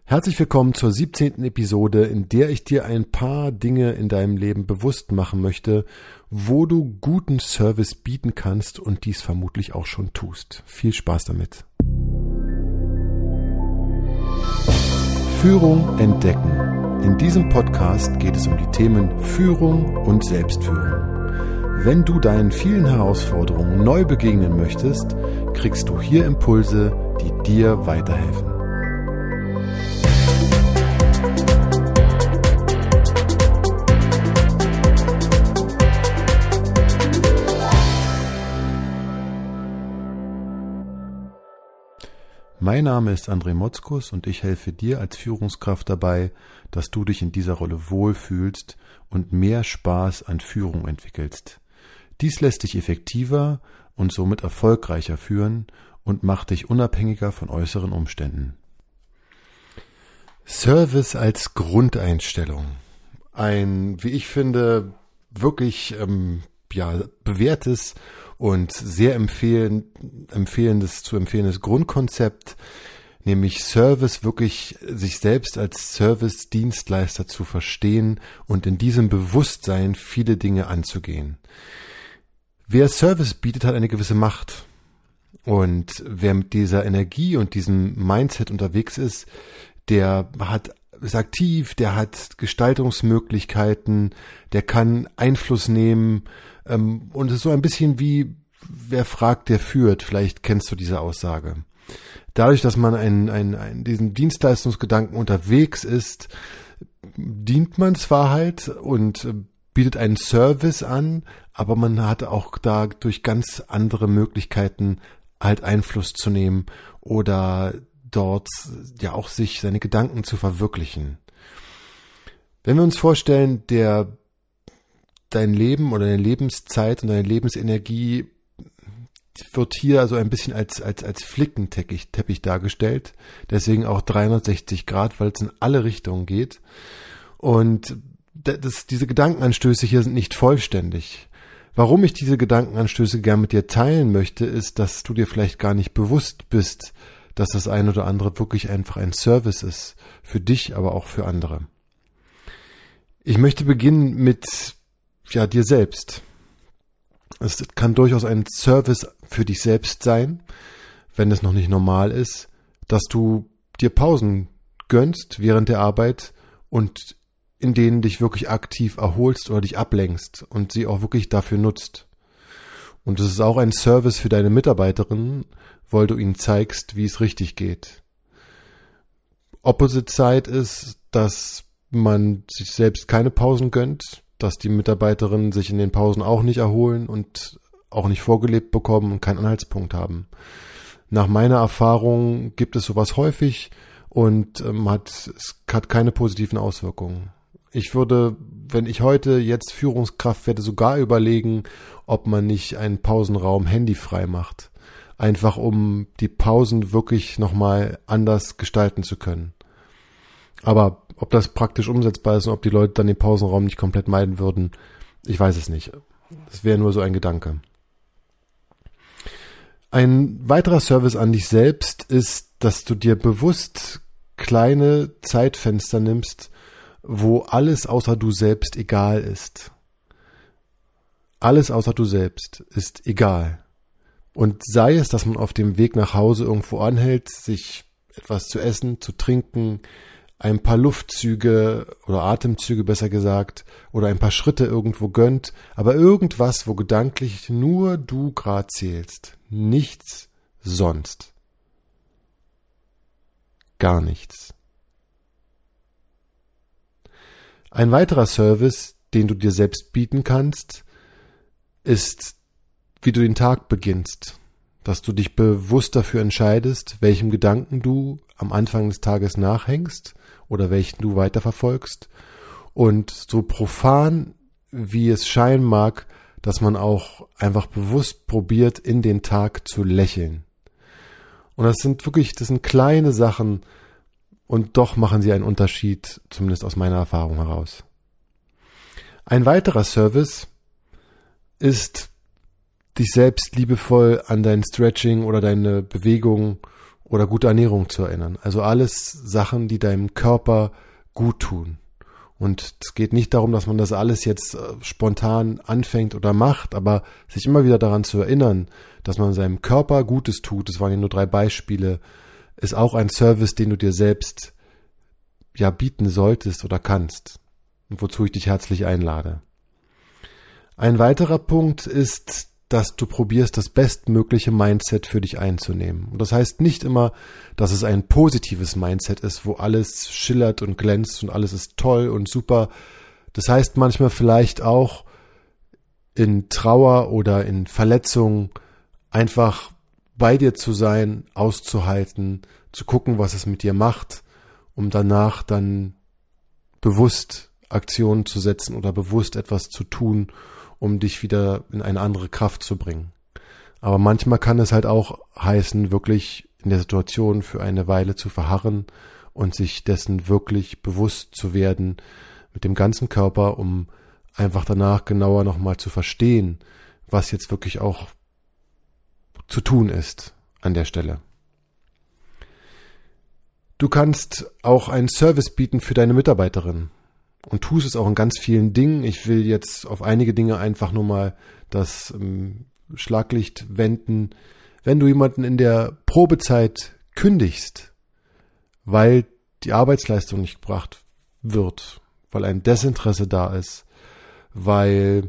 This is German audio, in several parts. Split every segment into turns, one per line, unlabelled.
Herzlich willkommen zur 17. Episode, in der ich dir ein paar Dinge in deinem Leben bewusst machen möchte, wo du guten Service bieten kannst und dies vermutlich auch schon tust. Viel Spaß damit. Führung entdecken. In diesem Podcast geht es um die Themen Führung und Selbstführung. Wenn du deinen vielen Herausforderungen neu begegnen möchtest, kriegst du hier Impulse, die dir weiterhelfen. Mein Name ist André Motzkus und ich helfe dir als Führungskraft dabei, dass du dich in dieser Rolle wohlfühlst und mehr Spaß an Führung entwickelst. Dies lässt dich effektiver und somit erfolgreicher führen und macht dich unabhängiger von äußeren Umständen. Service als Grundeinstellung. Ein, wie ich finde, wirklich bewährtes und sehr empfehlendes Grundkonzept, nämlich Service, wirklich sich selbst als Service-Dienstleister zu verstehen und in diesem Bewusstsein viele Dinge anzugehen. Wer Service bietet, hat eine gewisse Macht. Und wer mit dieser Energie und diesem Mindset unterwegs ist, ist aktiv, der hat Gestaltungsmöglichkeiten, der kann Einfluss nehmen, und es ist so ein bisschen wie, wer fragt, der führt. Vielleicht kennst du diese Aussage. Dadurch, dass man diesen Dienstleistungsgedanken unterwegs ist, dient man zwar halt und bietet einen Service an, aber man hat auch dadurch ganz andere Möglichkeiten, halt Einfluss zu nehmen oder dort ja auch sich seine Gedanken zu verwirklichen. Wenn wir uns vorstellen, dein Leben oder deine Lebenszeit und deine Lebensenergie wird hier also ein bisschen als Flickenteppich dargestellt. Deswegen auch 360 Grad, weil es in alle Richtungen geht. Und diese Gedankenanstöße hier sind nicht vollständig. Warum ich diese Gedankenanstöße gern mit dir teilen möchte, ist, dass du dir vielleicht gar nicht bewusst bist, dass das ein oder andere wirklich einfach ein Service ist. Für dich, aber auch für andere. Ich möchte beginnen mit dir selbst. Es kann durchaus ein Service für dich selbst sein, wenn es noch nicht normal ist, dass du dir Pausen gönnst während der Arbeit und in denen dich wirklich aktiv erholst oder dich ablenkst und sie auch wirklich dafür nutzt. Und es ist auch ein Service für deine Mitarbeiterinnen, weil du ihnen zeigst, wie es richtig geht. Opposite Side ist, dass man sich selbst keine Pausen gönnt, dass die Mitarbeiterinnen sich in den Pausen auch nicht erholen und auch nicht vorgelebt bekommen und keinen Anhaltspunkt haben. Nach meiner Erfahrung gibt es sowas häufig und es hat keine positiven Auswirkungen. Ich würde, wenn ich heute jetzt Führungskraft werde, sogar überlegen, ob man nicht einen Pausenraum handyfrei macht. Einfach um die Pausen wirklich nochmal anders gestalten zu können. Aber ob das praktisch umsetzbar ist und ob die Leute dann den Pausenraum nicht komplett meiden würden, ich weiß es nicht. Das wäre nur so ein Gedanke. Ein weiterer Service an dich selbst ist, dass du dir bewusst kleine Zeitfenster nimmst, wo alles außer du selbst egal ist. Alles außer du selbst ist egal. Und sei es, dass man auf dem Weg nach Hause irgendwo anhält, sich etwas zu essen, zu trinken, ein paar Luftzüge oder Atemzüge besser gesagt oder ein paar Schritte irgendwo gönnt, aber irgendwas, wo gedanklich nur du gerade zählst. Nichts sonst. Gar nichts. Ein weiterer Service, den du dir selbst bieten kannst, ist, wie du den Tag beginnst. Dass du dich bewusst dafür entscheidest, welchem Gedanken du am Anfang des Tages nachhängst oder welchen du weiterverfolgst. Und so profan, wie es scheinen mag, dass man auch einfach bewusst probiert, in den Tag zu lächeln. Und das sind kleine Sachen und doch machen sie einen Unterschied, zumindest aus meiner Erfahrung heraus. Ein weiterer Service ist, dich selbst liebevoll an dein Stretching oder deine Bewegung oder gute Ernährung zu erinnern. Also alles Sachen, die deinem Körper gut tun. Und es geht nicht darum, dass man das alles jetzt spontan anfängt oder macht, aber sich immer wieder daran zu erinnern, dass man seinem Körper Gutes tut, das waren ja nur 3 Beispiele, ist auch ein Service, den du dir selbst ja bieten solltest oder kannst und wozu ich dich herzlich einlade. Ein weiterer Punkt ist, dass du probierst, das bestmögliche Mindset für dich einzunehmen. Und das heißt nicht immer, dass es ein positives Mindset ist, wo alles schillert und glänzt und alles ist toll und super. Das heißt manchmal vielleicht auch in Trauer oder in Verletzungen einfach bei dir zu sein, auszuhalten, zu gucken, was es mit dir macht, um danach dann bewusst Aktionen zu setzen oder bewusst etwas zu tun, um dich wieder in eine andere Kraft zu bringen. Aber manchmal kann es halt auch heißen, wirklich in der Situation für eine Weile zu verharren und sich dessen wirklich bewusst zu werden mit dem ganzen Körper, um einfach danach genauer nochmal zu verstehen, was jetzt wirklich auch zu tun ist an der Stelle. Du kannst auch einen Service bieten für deine Mitarbeiterin. Und tust es auch in ganz vielen Dingen. Ich will jetzt auf einige Dinge einfach nur mal das Schlaglicht wenden. Wenn du jemanden in der Probezeit kündigst, weil die Arbeitsleistung nicht gebracht wird, weil ein Desinteresse da ist, weil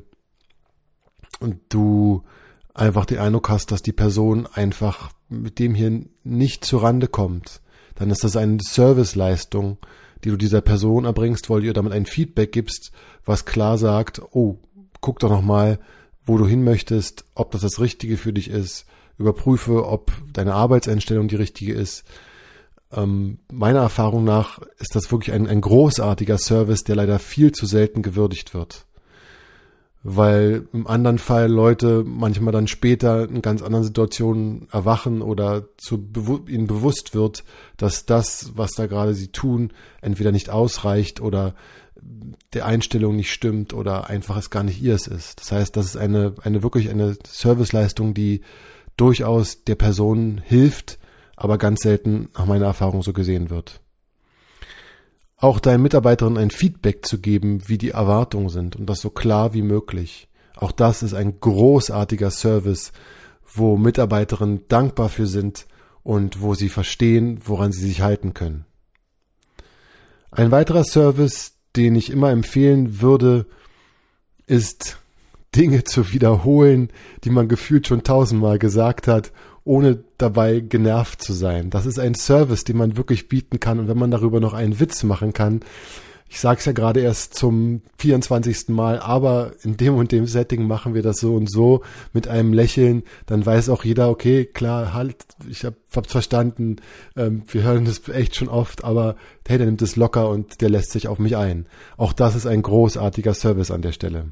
du einfach den Eindruck hast, dass die Person einfach mit dem hier nicht zurande kommt, dann ist das eine Serviceleistung, die du dieser Person erbringst, weil du ihr damit ein Feedback gibst, was klar sagt, oh, guck doch nochmal, wo du hin möchtest, ob das Richtige für dich ist, überprüfe, ob deine Arbeitseinstellung die richtige ist. Meiner Erfahrung nach ist das wirklich ein großartiger Service, der leider viel zu selten gewürdigt wird. Weil im anderen Fall Leute manchmal dann später in ganz anderen Situationen erwachen oder ihnen bewusst wird, dass das, was da gerade sie tun, entweder nicht ausreicht oder der Einstellung nicht stimmt oder einfach es gar nicht ihrs ist. Das heißt, das ist wirklich eine Serviceleistung, die durchaus der Person hilft, aber ganz selten nach meiner Erfahrung so gesehen wird. Auch deinen Mitarbeiterinnen ein Feedback zu geben, wie die Erwartungen sind und das so klar wie möglich. Auch das ist ein großartiger Service, wo Mitarbeiterinnen dankbar für sind und wo sie verstehen, woran sie sich halten können. Ein weiterer Service, den ich immer empfehlen würde, ist Dinge zu wiederholen, die man gefühlt schon 1000-mal gesagt hat, ohne dabei genervt zu sein. Das ist ein Service, den man wirklich bieten kann. Und wenn man darüber noch einen Witz machen kann, ich sage es ja gerade erst zum 24. Mal, aber in dem und dem Setting machen wir das so und so mit einem Lächeln, dann weiß auch jeder, okay, klar, halt, ich hab's verstanden, wir hören das echt schon oft, aber hey, der nimmt es locker und der lässt sich auf mich ein. Auch das ist ein großartiger Service an der Stelle.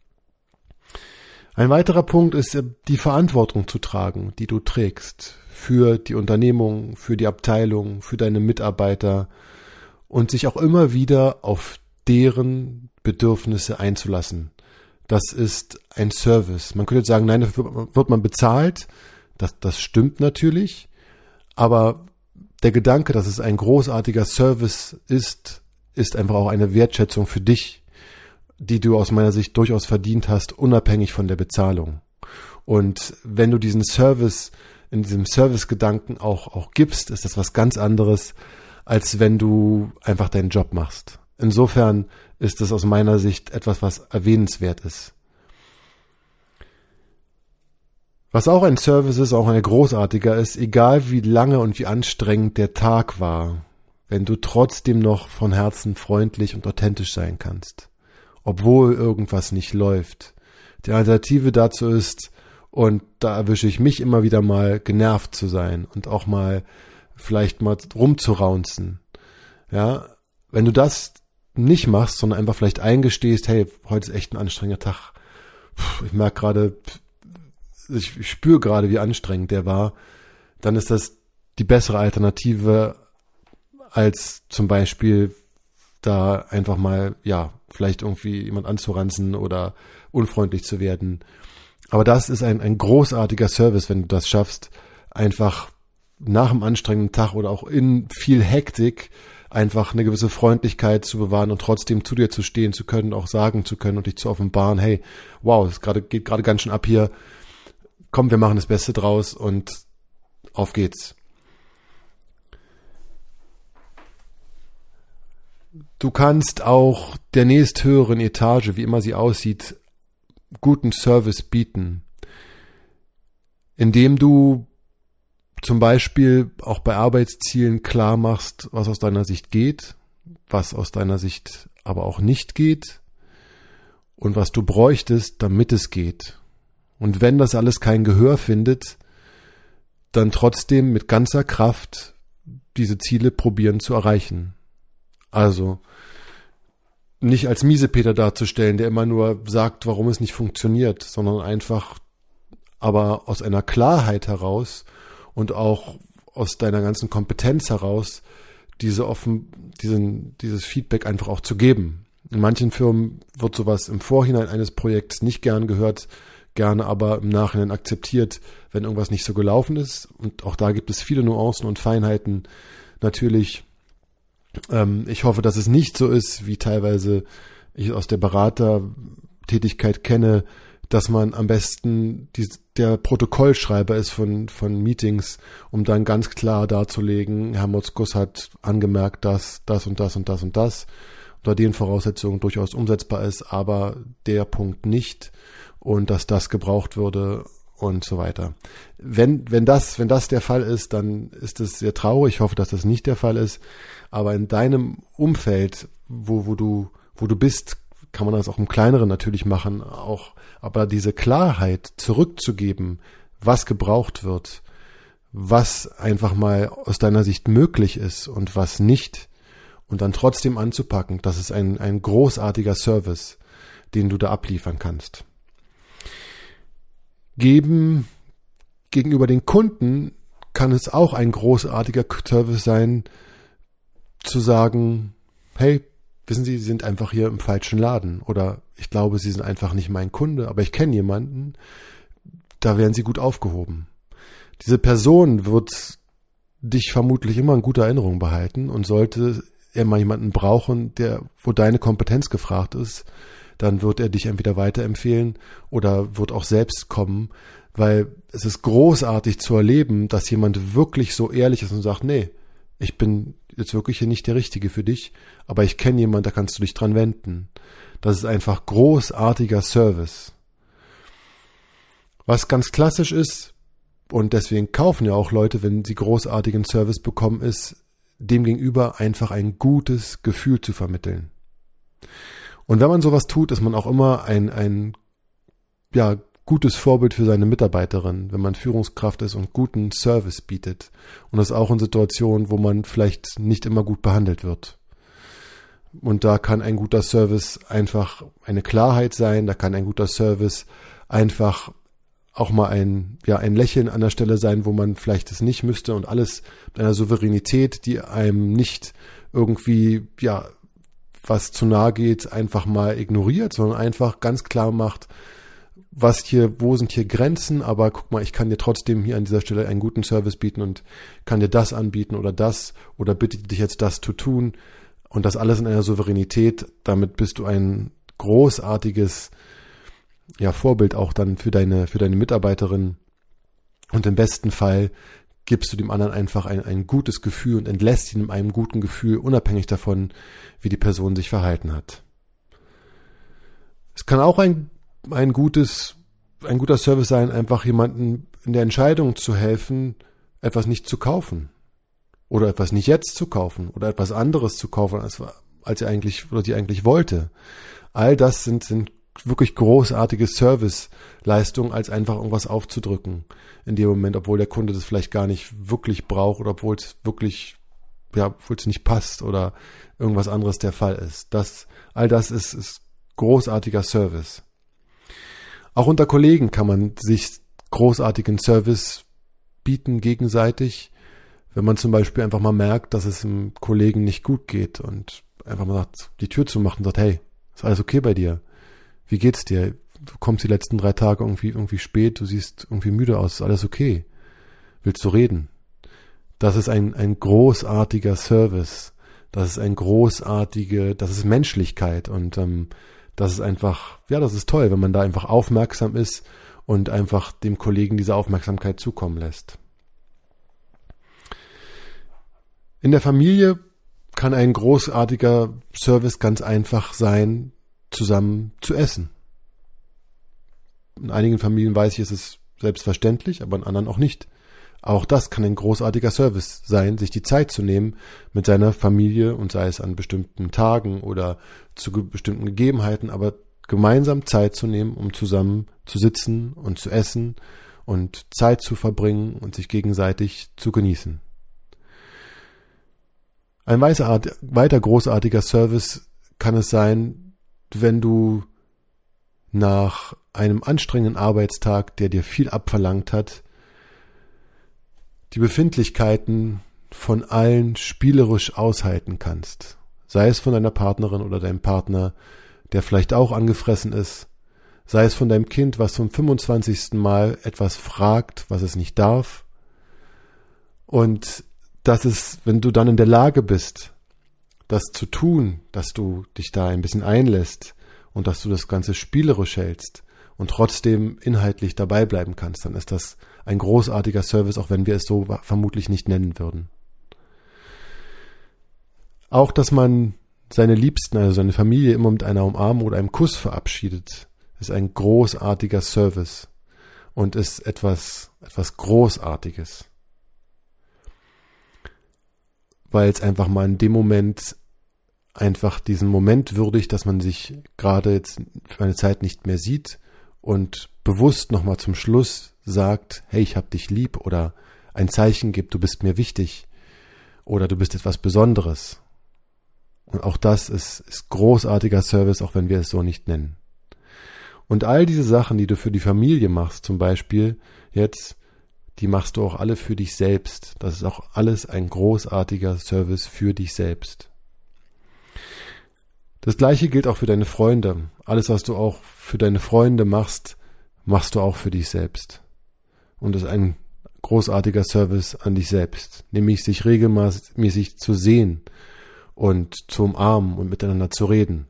Ein weiterer Punkt ist, die Verantwortung zu tragen, die du trägst für die Unternehmung, für die Abteilung, für deine Mitarbeiter und sich auch immer wieder auf deren Bedürfnisse einzulassen. Das ist ein Service. Man könnte sagen, nein, dafür wird man bezahlt. Das stimmt natürlich, aber der Gedanke, dass es ein großartiger Service ist einfach auch eine Wertschätzung für dich, die du aus meiner Sicht durchaus verdient hast, unabhängig von der Bezahlung. Und wenn du diesen Service, in diesem Servicegedanken auch gibst, ist das was ganz anderes, als wenn du einfach deinen Job machst. Insofern ist das aus meiner Sicht etwas, was erwähnenswert ist. Was auch ein Service ist, auch ein großartiger ist, egal wie lange und wie anstrengend der Tag war, wenn du trotzdem noch von Herzen freundlich und authentisch sein kannst. Obwohl irgendwas nicht läuft. Die Alternative dazu ist, und da erwische ich mich immer wieder mal, genervt zu sein und auch mal vielleicht mal rumzuraunzen. Ja, wenn du das nicht machst, sondern einfach vielleicht eingestehst, hey, heute ist echt ein anstrengender Tag. Ich merke gerade, ich spüre gerade, wie anstrengend der war, dann ist das die bessere Alternative, als zum Beispiel da einfach mal, ja, vielleicht irgendwie jemand anzuranzen oder unfreundlich zu werden. Aber das ist ein großartiger Service, wenn du das schaffst, einfach nach einem anstrengenden Tag oder auch in viel Hektik einfach eine gewisse Freundlichkeit zu bewahren und trotzdem zu dir zu stehen zu können, auch sagen zu können und dich zu offenbaren, hey, wow, geht gerade ganz schön ab hier, komm, wir machen das Beste draus und auf geht's. Du kannst auch der nächsthöheren Etage, wie immer sie aussieht, guten Service bieten, indem du zum Beispiel auch bei Arbeitszielen klar machst, was aus deiner Sicht geht, was aus deiner Sicht aber auch nicht geht und was du bräuchtest, damit es geht. Und wenn das alles kein Gehör findet, dann trotzdem mit ganzer Kraft diese Ziele probieren zu erreichen. Also nicht als Miesepeter darzustellen, der immer nur sagt, warum es nicht funktioniert, sondern einfach aber aus einer Klarheit heraus und auch aus deiner ganzen Kompetenz heraus dieses Feedback einfach auch zu geben. In manchen Firmen wird sowas im Vorhinein eines Projekts nicht gern gehört, gerne aber im Nachhinein akzeptiert, wenn irgendwas nicht so gelaufen ist. Und auch da gibt es viele Nuancen und Feinheiten. Natürlich, ich hoffe, dass es nicht so ist, wie teilweise ich aus der Beratertätigkeit kenne, dass man am besten der Protokollschreiber ist von Meetings, um dann ganz klar darzulegen, Herr Motzkus hat angemerkt, dass das und das und das und das unter den Voraussetzungen durchaus umsetzbar ist, aber der Punkt nicht und dass das gebraucht würde und so weiter. Wenn das der Fall ist, dann ist es sehr traurig. Ich hoffe, dass das nicht der Fall ist. Aber in deinem Umfeld, wo du bist, kann man das auch im Kleineren natürlich machen, auch, aber diese Klarheit zurückzugeben, was gebraucht wird, was einfach mal aus deiner Sicht möglich ist und was nicht, und dann trotzdem anzupacken, das ist ein großartiger Service, den du da abliefern kannst. Gegenüber den Kunden kann es auch ein großartiger Service sein, zu sagen, hey, wissen Sie, Sie sind einfach hier im falschen Laden, oder ich glaube, Sie sind einfach nicht mein Kunde, aber ich kenne jemanden, da wären Sie gut aufgehoben. Diese Person wird dich vermutlich immer in guter Erinnerung behalten, und sollte er mal jemanden brauchen, wo deine Kompetenz gefragt ist, dann wird er dich entweder weiterempfehlen oder wird auch selbst kommen, weil es ist großartig zu erleben, dass jemand wirklich so ehrlich ist und sagt, nee, ich bin jetzt wirklich hier nicht der Richtige für dich, aber ich kenne jemanden, da kannst du dich dran wenden. Das ist einfach großartiger Service. Was ganz klassisch ist, und deswegen kaufen ja auch Leute, wenn sie großartigen Service bekommen, ist, dem Gegenüber einfach ein gutes Gefühl zu vermitteln. Und wenn man sowas tut, ist man auch immer ein gutes Vorbild für seine Mitarbeiterin, wenn man Führungskraft ist und guten Service bietet. Und das auch in Situationen, wo man vielleicht nicht immer gut behandelt wird. Und da kann ein guter Service einfach eine Klarheit sein, da kann ein guter Service einfach auch mal ein Lächeln an der Stelle sein, wo man vielleicht es nicht müsste, und alles mit einer Souveränität, die einem nicht irgendwie, was zu nahe geht, einfach mal ignoriert, sondern einfach ganz klar macht, wo sind hier Grenzen, aber guck mal, ich kann dir trotzdem hier an dieser Stelle einen guten Service bieten und kann dir das anbieten oder das, oder bitte dich jetzt das zu tun, und das alles in einer Souveränität. Damit bist du ein großartiges Vorbild auch dann für deine Mitarbeiterin, und im besten Fall gibst du dem anderen einfach ein gutes Gefühl und entlässt ihn in einem guten Gefühl, unabhängig davon, wie die Person sich verhalten hat. Es kann auch ein guter Service sein, einfach jemanden in der Entscheidung zu helfen, etwas nicht zu kaufen oder etwas nicht jetzt zu kaufen oder etwas anderes zu kaufen, als sie eigentlich wollte. All das sind wirklich großartige Serviceleistungen, als einfach irgendwas aufzudrücken in dem Moment, obwohl der Kunde das vielleicht gar nicht wirklich braucht oder obwohl es nicht passt oder irgendwas anderes der Fall ist. All das ist großartiger Service. Auch unter Kollegen kann man sich großartigen Service bieten gegenseitig, wenn man zum Beispiel einfach mal merkt, dass es einem Kollegen nicht gut geht und einfach mal die Tür zumacht und sagt, hey, ist alles okay bei dir? Wie geht's dir? Du kommst die letzten 3 Tage irgendwie spät, du siehst irgendwie müde aus, ist alles okay? Willst du reden? Das ist ein großartiger Service. Das ist Menschlichkeit und das ist einfach, ja, das ist toll, wenn man da einfach aufmerksam ist und einfach dem Kollegen diese Aufmerksamkeit zukommen lässt. In der Familie kann ein großartiger Service ganz einfach sein, zusammen zu essen. In einigen Familien weiß ich, es ist selbstverständlich, aber in anderen auch nicht. Auch das kann ein großartiger Service sein, sich die Zeit zu nehmen mit seiner Familie und sei es an bestimmten Tagen oder zu bestimmten Gegebenheiten, aber gemeinsam Zeit zu nehmen, um zusammen zu sitzen und zu essen und Zeit zu verbringen und sich gegenseitig zu genießen. Ein weiter großartiger Service kann es sein, wenn du nach einem anstrengenden Arbeitstag, der dir viel abverlangt hat, die Befindlichkeiten von allen spielerisch aushalten kannst. Sei es von deiner Partnerin oder deinem Partner, der vielleicht auch angefressen ist. Sei es von deinem Kind, was zum 25. Mal etwas fragt, was es nicht darf. Und das ist, wenn du dann in der Lage bist, das zu tun, dass du dich da ein bisschen einlässt und dass du das Ganze spielerisch hältst und trotzdem inhaltlich dabei bleiben kannst, dann ist das ein großartiger Service, auch wenn wir es so vermutlich nicht nennen würden. Auch, dass man seine Liebsten, also seine Familie immer mit einer Umarmung oder einem Kuss verabschiedet, ist ein großartiger Service und ist etwas Großartiges. Weil es einfach mal in dem Moment einfach diesen Moment würdigt, dass man sich gerade jetzt für eine Zeit nicht mehr sieht und bewusst nochmal zum Schluss sagt, hey, ich hab dich lieb oder ein Zeichen gibt, du bist mir wichtig oder du bist etwas Besonderes. Und auch das ist großartiger Service, auch wenn wir es so nicht nennen. Und all diese Sachen, die du für die Familie machst, zum Beispiel jetzt, die machst du auch alle für dich selbst. Das ist auch alles ein großartiger Service für dich selbst. Das Gleiche gilt auch für deine Freunde. Alles, was du auch für deine Freunde machst, machst du auch für dich selbst. Und das ist ein großartiger Service an dich selbst, nämlich sich regelmäßig zu sehen und zu umarmen und miteinander zu reden.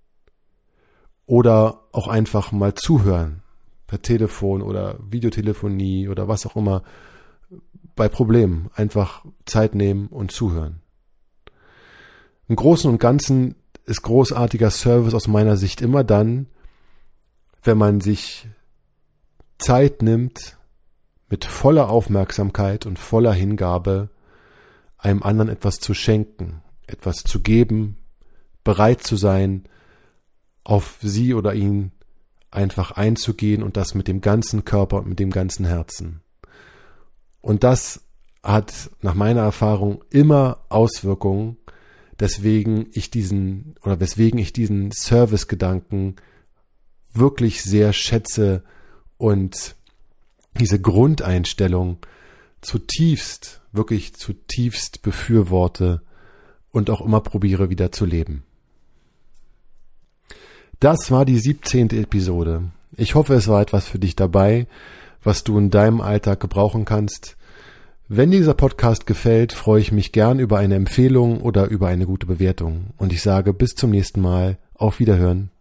Oder auch einfach mal zuhören, per Telefon oder Videotelefonie oder was auch immer, bei Problemen einfach Zeit nehmen und zuhören. Im Großen und Ganzen ist großartiger Service aus meiner Sicht immer dann, wenn man sich Zeit nimmt, mit voller Aufmerksamkeit und voller Hingabe einem anderen etwas zu schenken, etwas zu geben, bereit zu sein, auf sie oder ihn einfach einzugehen und das mit dem ganzen Körper und mit dem ganzen Herzen. Und das hat nach meiner Erfahrung immer Auswirkungen, weswegen ich diesen Service-Gedanken wirklich sehr schätze und diese Grundeinstellung wirklich zutiefst befürworte und auch immer probiere wieder zu leben. Das war die 17. Episode. Ich hoffe, es war etwas für dich dabei, was du in deinem Alltag gebrauchen kannst. Wenn dir dieser Podcast gefällt, freue ich mich gern über eine Empfehlung oder über eine gute Bewertung. Und ich sage bis zum nächsten Mal. Auf Wiederhören.